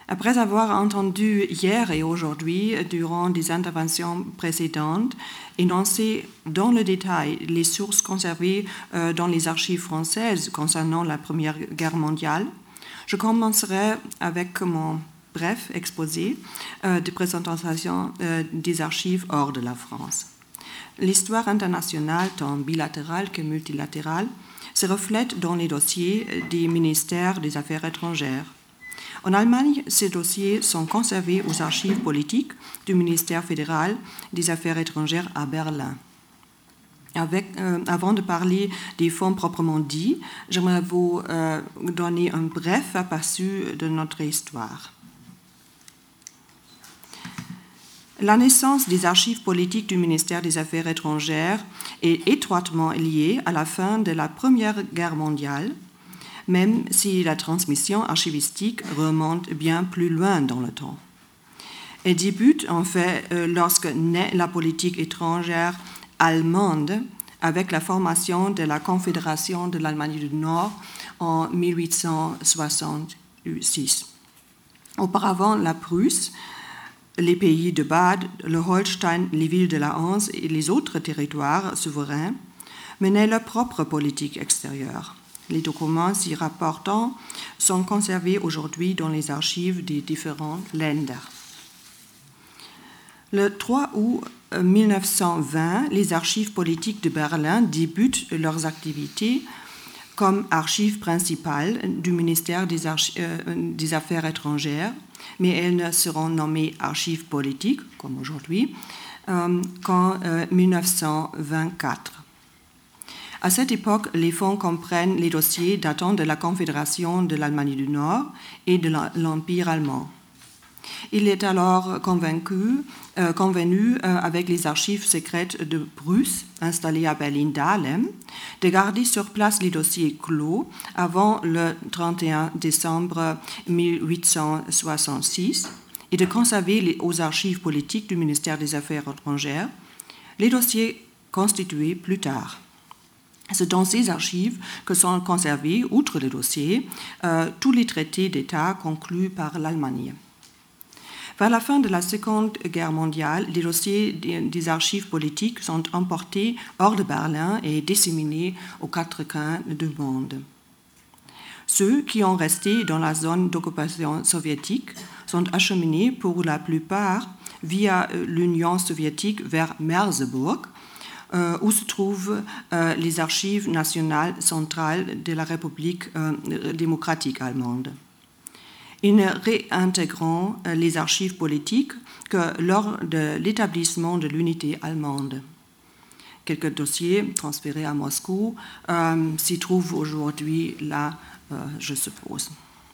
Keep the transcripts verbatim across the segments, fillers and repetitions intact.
Après avoir entendu hier et aujourd'hui, durant des interventions précédentes, énoncer dans le détail les sources conservées euh, dans les archives françaises concernant la Première Guerre mondiale, je commencerai avec mon bref exposé euh, de présentation euh, des archives hors de la France. L'histoire internationale, tant bilatérale que multilatérale, se reflète dans les dossiers des ministères des Affaires étrangères. En Allemagne, ces dossiers sont conservés aux archives politiques du ministère fédéral des Affaires étrangères à Berlin. Avec, euh, avant de parler des fonds proprement dits, j'aimerais vous euh, donner un bref aperçu de notre histoire. La naissance des archives politiques du ministère des Affaires étrangères est étroitement liée à la fin de la Première Guerre mondiale, même si la transmission archivistique remonte bien plus loin dans le temps. Elle débute en fait lorsque naît la politique étrangère allemande avec la formation de la Confédération de l'Allemagne du Nord en mille huit cent soixante-six. Auparavant, la Prusse, les pays de Bade, le Holstein, les villes de la Hanse et les autres territoires souverains menaient leur propre politique extérieure. Les documents s'y rapportant sont conservés aujourd'hui dans les archives des différents Länder. Le trois août mille neuf cent vingt, les archives politiques de Berlin débutent leurs activités comme archives principales du ministère des, Archi- euh, des Affaires étrangères, mais elles ne seront nommées archives politiques, comme aujourd'hui, euh, qu'en euh, mille neuf cent vingt-quatre. À cette époque, les fonds comprennent les dossiers datant de la Confédération de l'Allemagne du Nord et de l'Empire allemand. Il est alors convaincu, euh, convenu euh, avec les archives secrètes de Prusse, installées à Berlin-Dahlem, de garder sur place les dossiers clos avant le trente et un décembre mille huit cent soixante-six et de conserver les, aux archives politiques du ministère des Affaires étrangères les dossiers constitués plus tard. C'est dans ces archives que sont conservés, outre les dossiers, euh, tous les traités d'État conclus par l'Allemagne. Vers la fin de la Seconde Guerre mondiale, les dossiers des archives politiques sont emportés hors de Berlin et disséminés aux quatre coins du monde. Ceux qui ont resté dans la zone d'occupation soviétique sont acheminés pour la plupart via l'Union soviétique vers Merseburg, Euh, où se trouvent euh, les archives nationales centrales de la République euh, démocratique allemande. Ils ne réintégrant euh, les archives politiques que lors de l'établissement de l'unité allemande. Quelques dossiers transférés à Moscou euh, s'y trouvent aujourd'hui là, euh, je suppose.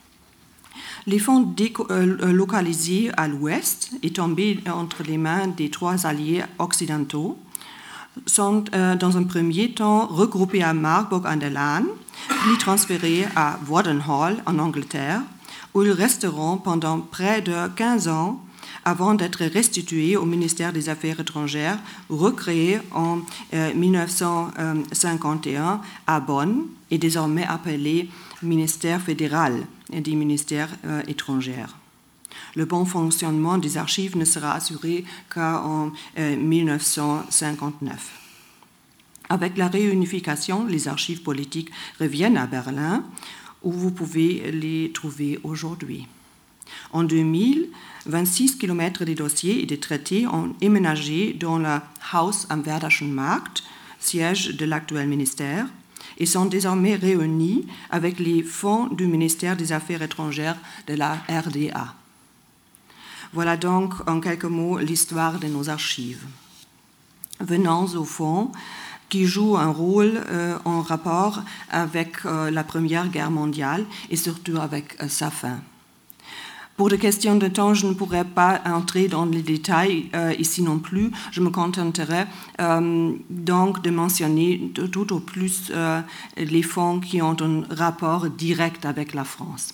Les fonds déco- euh, localisés à l'ouest et tombés entre les mains des trois alliés occidentaux sont euh, dans un premier temps regroupés à Marburg an der Lahn, puis transférés à Wardenhall en Angleterre, où ils resteront pendant près de quinze ans avant d'être restitués au ministère des Affaires étrangères, recréé en euh, mille neuf cent cinquante et un à Bonn et désormais appelé ministère fédéral des ministères euh, étrangers. Le bon fonctionnement des archives ne sera assuré qu'en euh, mille neuf cent cinquante-neuf. Avec la réunification, les archives politiques reviennent à Berlin, où vous pouvez les trouver aujourd'hui. En deux mille, vingt-six kilomètres des dossiers et des traités ont éménagé dans le Haus am Werderschen Markt, siège de l'actuel ministère, et sont désormais réunis avec les fonds du ministère des Affaires étrangères de la R D A. Voilà donc en quelques mots l'histoire de nos archives. Venons au fond, qui joue un rôle euh, en rapport avec euh, la Première Guerre mondiale et surtout avec euh, sa fin. Pour des questions de temps, je ne pourrais pas entrer dans les détails euh, ici non plus. Je me contenterai euh, donc de mentionner tout au plus euh, les fonds qui ont un rapport direct avec la France.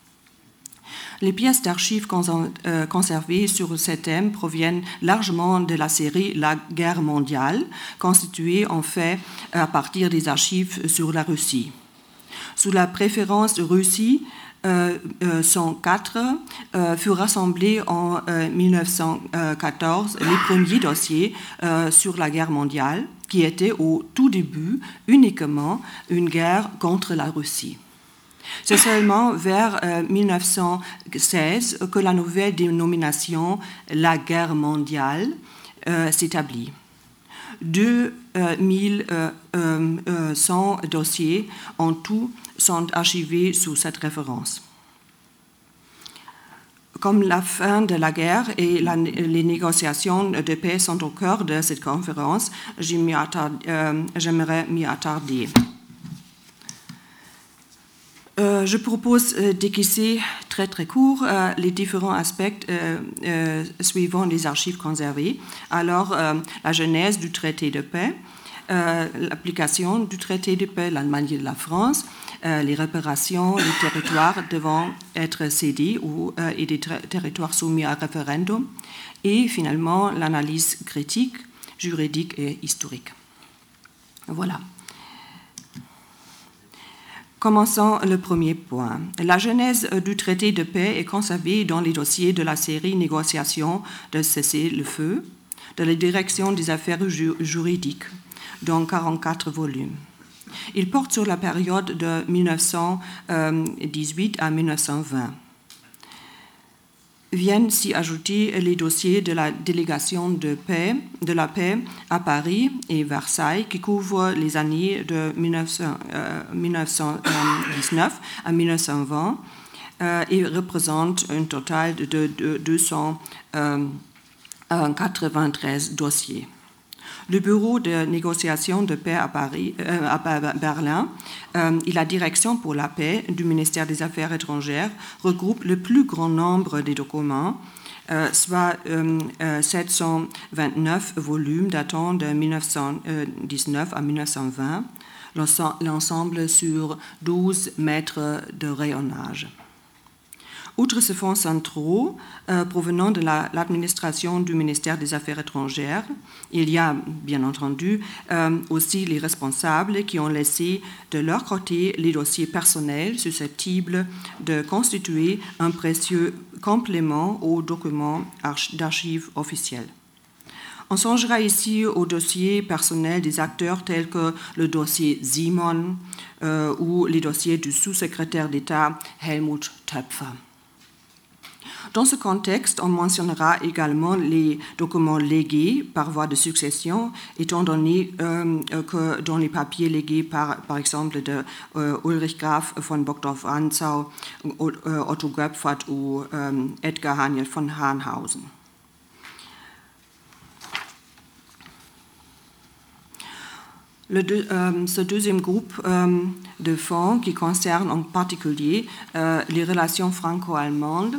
Les pièces d'archives conservées sur ce thème proviennent largement de la série La Guerre mondiale, constituée en fait à partir des archives sur la Russie. Sous la préférence de Russie, euh, euh, cent quatre euh, furent rassemblés en euh, mille neuf cent quatorze les premiers dossiers euh, sur la guerre mondiale, qui était au tout début uniquement une guerre contre la Russie. C'est seulement vers euh, mille neuf cent seize que la nouvelle dénomination « la guerre mondiale » euh, s'établit. deux mille cent dossiers en tout sont archivés sous cette référence. Comme la fin de la guerre et la, les négociations de paix sont au cœur de cette conférence, euh, j'aimerais m'y attarder. Euh, je propose euh, d'équisser très très court euh, les différents aspects euh, euh, suivant les archives conservées. Alors, euh, la genèse du traité de paix, euh, l'application du traité de paix, l'Allemagne et la France, euh, les réparations, les territoires devant être cédés ou, euh, et des ter- territoires soumis à référendum, et finalement l'analyse critique, juridique et historique. Voilà. Commençons le premier point. La genèse du traité de paix est conservée dans les dossiers de la série Négociations de cessez-le-feu de la Direction des affaires ju- juridiques, dans quarante-quatre volumes. Il porte sur la période de mille neuf cent dix-huit à mille neuf cent vingt. Viennent s'y ajouter les dossiers de la délégation de, paix, de la paix à Paris et Versailles qui couvrent les années de mille neuf cent dix-neuf à mille neuf cent vingt euh, et représentent un total de, de, de deux cent quatre-vingt-treize dossiers. Le bureau de négociation de paix à, Paris, euh, à Berlin euh, et la direction pour la paix du ministère des Affaires étrangères regroupent le plus grand nombre des documents, euh, soit euh, euh, sept cent vingt-neuf volumes datant de mille neuf cent dix-neuf à mille neuf cent vingt, l'ensemble sur douze mètres de rayonnage. Outre ces fonds centraux euh, provenant de la, l'administration du ministère des Affaires étrangères, il y a bien entendu euh, aussi les responsables qui ont laissé de leur côté les dossiers personnels susceptibles de constituer un précieux complément aux documents d'archives officiels. On songera ici aux dossiers personnels des acteurs tels que le dossier Simon euh, ou les dossiers du sous-secrétaire d'État Helmut Töpfer. Dans ce contexte, on mentionnera également les documents légués par voie de succession, étant donné euh, que dans les papiers légués par, par exemple de euh, Ulrich Graf von Bockdorf-Rantzau, Otto Göpfert ou euh, Edgar Haniel von Hahnhausen. Le deux, euh, ce deuxième groupe euh, de fonds qui concerne en particulier euh, les relations franco-allemandes,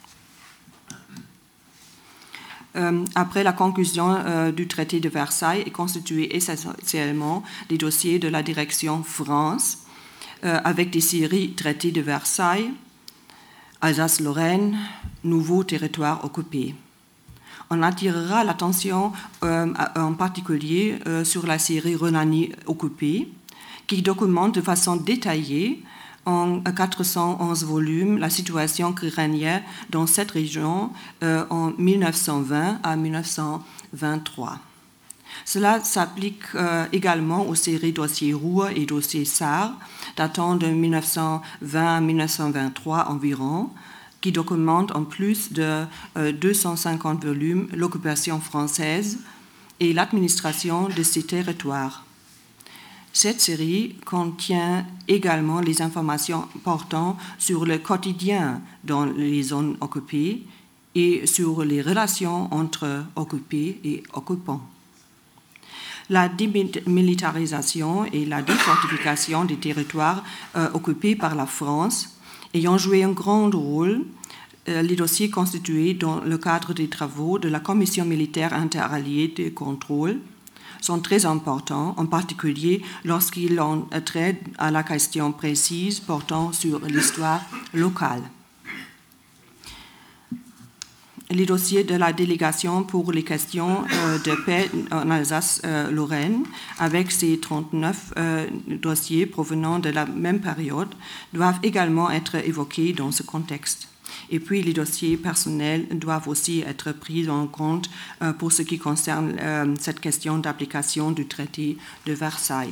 Euh, après la conclusion euh, du traité de Versailles est constitué essentiellement des dossiers de la direction France, euh, avec des séries traités de Versailles, Alsace-Lorraine, nouveaux territoires occupés. On attirera l'attention euh, en particulier euh, sur la série Rhénanie occupée, qui documente de façon détaillée en quatre cent onze volumes la situation qui régnait dans cette région euh, en mille neuf cent vingt à mille neuf cent vingt-trois. Cela s'applique euh, également aux séries dossiers Ruhr et dossiers Saar, datant de mille neuf cent vingt à mille neuf cent vingt-trois environ, qui documentent en plus de euh, deux cent cinquante volumes l'occupation française et l'administration de ces territoires. Cette série contient également les informations portant sur le quotidien dans les zones occupées et sur les relations entre occupés et occupants. La démilitarisation et la défortification des territoires euh, occupés par la France ayant joué un grand rôle, euh, les dossiers constitués dans le cadre des travaux de la Commission militaire interalliée de contrôle sont très importants, en particulier lorsqu'ils ont trait à la question précise portant sur l'histoire locale. les dossiers de la délégation pour les questions euh, de paix en Alsace-Lorraine, euh, avec ses trente-neuf euh, dossiers provenant de la même période, doivent également être évoqués dans ce contexte. Et puis les dossiers personnels doivent aussi être pris en compte euh, pour ce qui concerne euh, cette question d'application du traité de Versailles.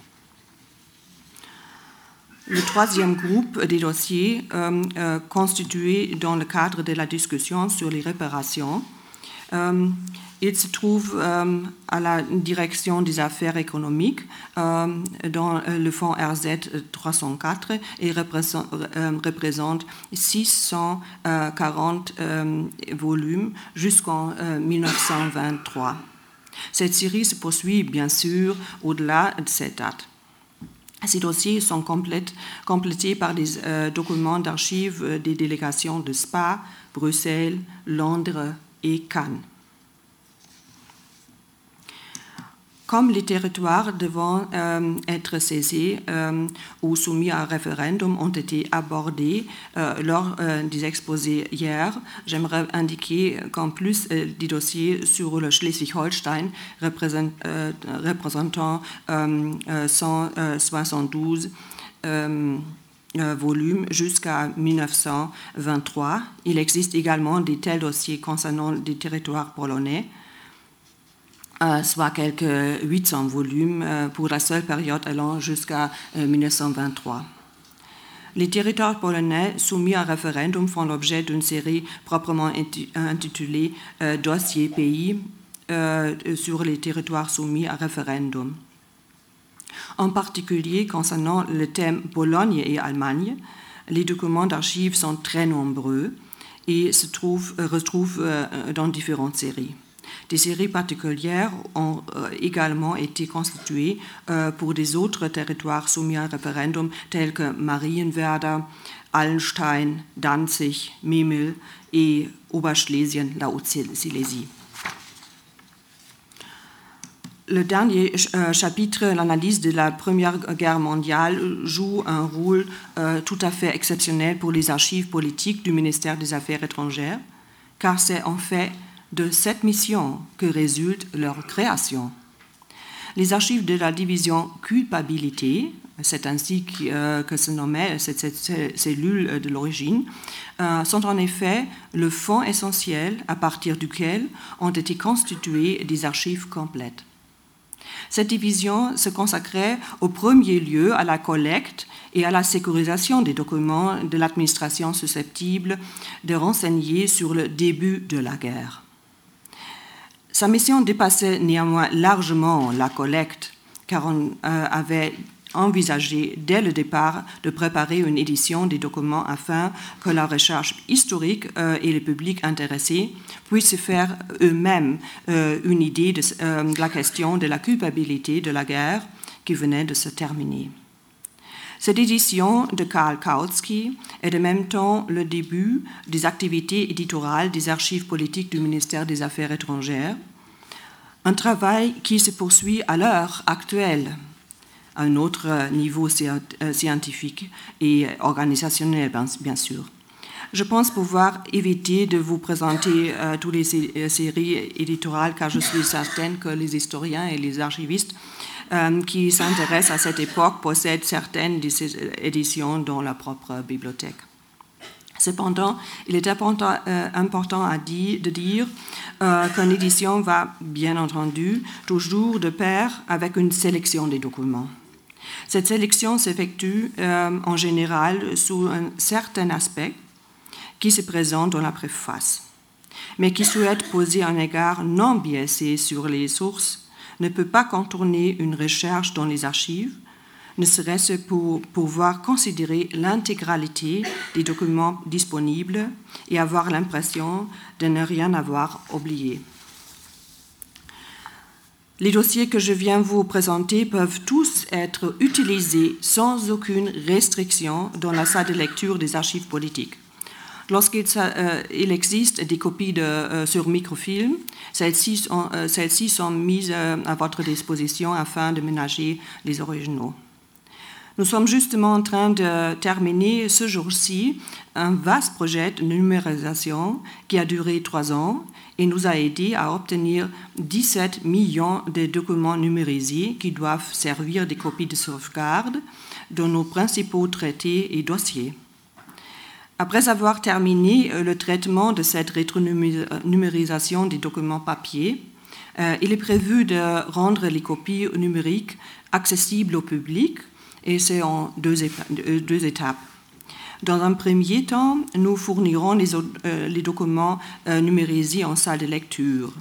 Le troisième groupe des dossiers euh, euh, constitué dans le cadre de la discussion sur les réparations, euh, il se trouve euh, à la direction des affaires économiques euh, dans le fonds R Z trois cent quatre et représente, euh, représente six cent quarante euh, volumes jusqu'en euh, mille neuf cent vingt-trois. Cette série se poursuit bien sûr au-delà de cette date. Ces dossiers sont complètes, complétés par des euh, documents d'archives euh, des délégations de Spa, Bruxelles, Londres et Cannes. Comme les territoires devant euh, être saisis euh, ou soumis à un référendum ont été abordés euh, lors euh, des exposés hier, j'aimerais indiquer qu'en plus euh, des dossiers sur le Schleswig-Holstein représent, euh, représentant euh, cent soixante-douze euh, euh, volumes jusqu'à mille neuf cent vingt-trois, il existe également des tels dossiers concernant des territoires polonais, Euh, soit quelques huit cents volumes euh, pour la seule période allant jusqu'à euh, mille neuf cent vingt-trois. Les territoires polonais soumis à référendum font l'objet d'une série proprement intitulée euh, « Dossier pays euh, » sur les territoires soumis à référendum. En particulier, concernant le thème Pologne et Allemagne, les documents d'archives sont très nombreux et se trouvent, euh, retrouvent euh, dans différentes séries. Des séries particulières ont euh, également été constituées euh, pour des autres territoires soumis à un référendum tels que Marienwerder, Allenstein, Danzig, Memel et Oberschlesien, la Haute-Silésie. Le dernier euh, chapitre, l'analyse de la Première Guerre mondiale, joue un rôle euh, tout à fait exceptionnel pour les archives politiques du ministère des Affaires étrangères, car c'est en fait de cette mission que résulte leur création. Les archives de la division culpabilité, c'est ainsi que, euh, que se nommait cette, cette, cette cellule de l'origine, euh, sont en effet le fond essentiel à partir duquel ont été constituées des archives complètes. Cette division se consacrait au premier lieu à la collecte et à la sécurisation des documents de l'administration susceptibles de renseigner sur le début de la guerre. Sa mission dépassait néanmoins largement la collecte, car on euh, avait envisagé dès le départ de préparer une édition des documents afin que la recherche historique euh, et le public intéressé puissent se faire eux-mêmes euh, une idée de, euh, de la question de la culpabilité de la guerre qui venait de se terminer. Cette édition de Karl Kautsky est en même temps le début des activités éditoriales des archives politiques du ministère des Affaires étrangères, un travail qui se poursuit à l'heure actuelle à un autre niveau scientifique et organisationnel, bien sûr. Je pense pouvoir éviter de vous présenter euh, toutes les séries éditoriales, car je suis certaine que les historiens et les archivistes euh, qui s'intéressent à cette époque possèdent certaines de ces éditions dans leur propre bibliothèque. Cependant, il est important, euh, important à dire, de dire euh, qu'une édition va, bien entendu, toujours de pair avec une sélection des documents. Cette sélection s'effectue euh, en général sous un certain aspect qui se présente dans la préface, mais qui souhaite poser un égard non biaisé sur les sources, ne peut pas contourner une recherche dans les archives, ne serait-ce pour pouvoir considérer l'intégralité des documents disponibles et avoir l'impression de ne rien avoir oublié. Les dossiers que je viens vous présenter peuvent tous être utilisés sans aucune restriction dans la salle de lecture des archives politiques. Lorsqu'il euh, il existe des copies de, euh, sur microfilm, celles-ci sont, euh, celles-ci sont mises euh, à votre disposition afin de ménager les originaux. Nous sommes justement en train de terminer ce jour-ci un vaste projet de numérisation qui a duré trois ans et nous a aidé à obtenir dix-sept millions de documents numérisés qui doivent servir de copies de sauvegarde dans nos principaux traités et dossiers. Après avoir terminé le traitement de cette rétronumérisation des documents papier, euh, il est prévu de rendre les copies numériques accessibles au public, et c'est en deux, épa- deux étapes. Dans un premier temps, nous fournirons les, euh, les documents euh, numérisés en salle de lecture.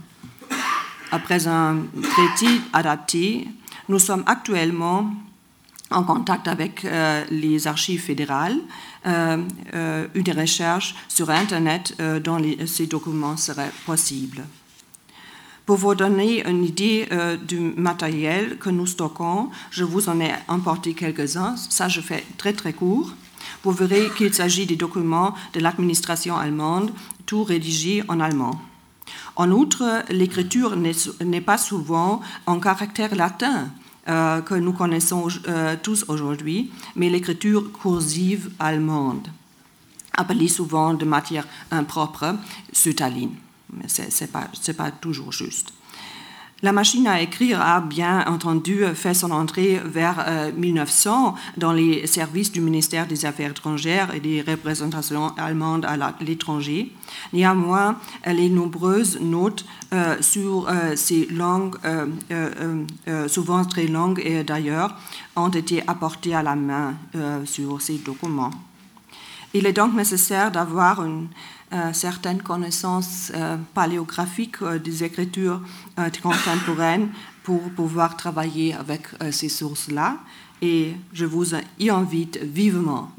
Après un traité adapté, nous sommes actuellement en contact avec euh, les archives fédérales. Euh, euh, une recherche sur Internet euh, dont les, ces documents seraient possibles. Pour vous donner une idée euh, du matériel que nous stockons, je vous en ai importé quelques-uns. Ça, je fais très, très court. Vous verrez qu'il s'agit des documents de l'administration allemande, tout rédigés en allemand. En outre, l'écriture n'est, n'est pas souvent en caractère latin, euh, que nous connaissons euh, tous aujourd'hui, mais l'écriture cursive allemande, appelée souvent de matière impropre, sutaline. Mais ce n'est pas, c'est pas toujours juste. La machine à écrire a bien entendu fait son entrée vers euh, mille neuf cents dans les services du ministère des Affaires étrangères et des représentations allemandes à l'étranger. Néanmoins, les nombreuses notes euh, sur euh, ces langues, euh, euh, euh, souvent très longues et d'ailleurs, ont été apportées à la main euh, sur ces documents. Il est donc nécessaire d'avoir une euh, certaine connaissance euh, paléographique euh, des écritures euh, contemporaines pour pouvoir travailler avec euh, ces sources-là. Et je vous y invite vivement.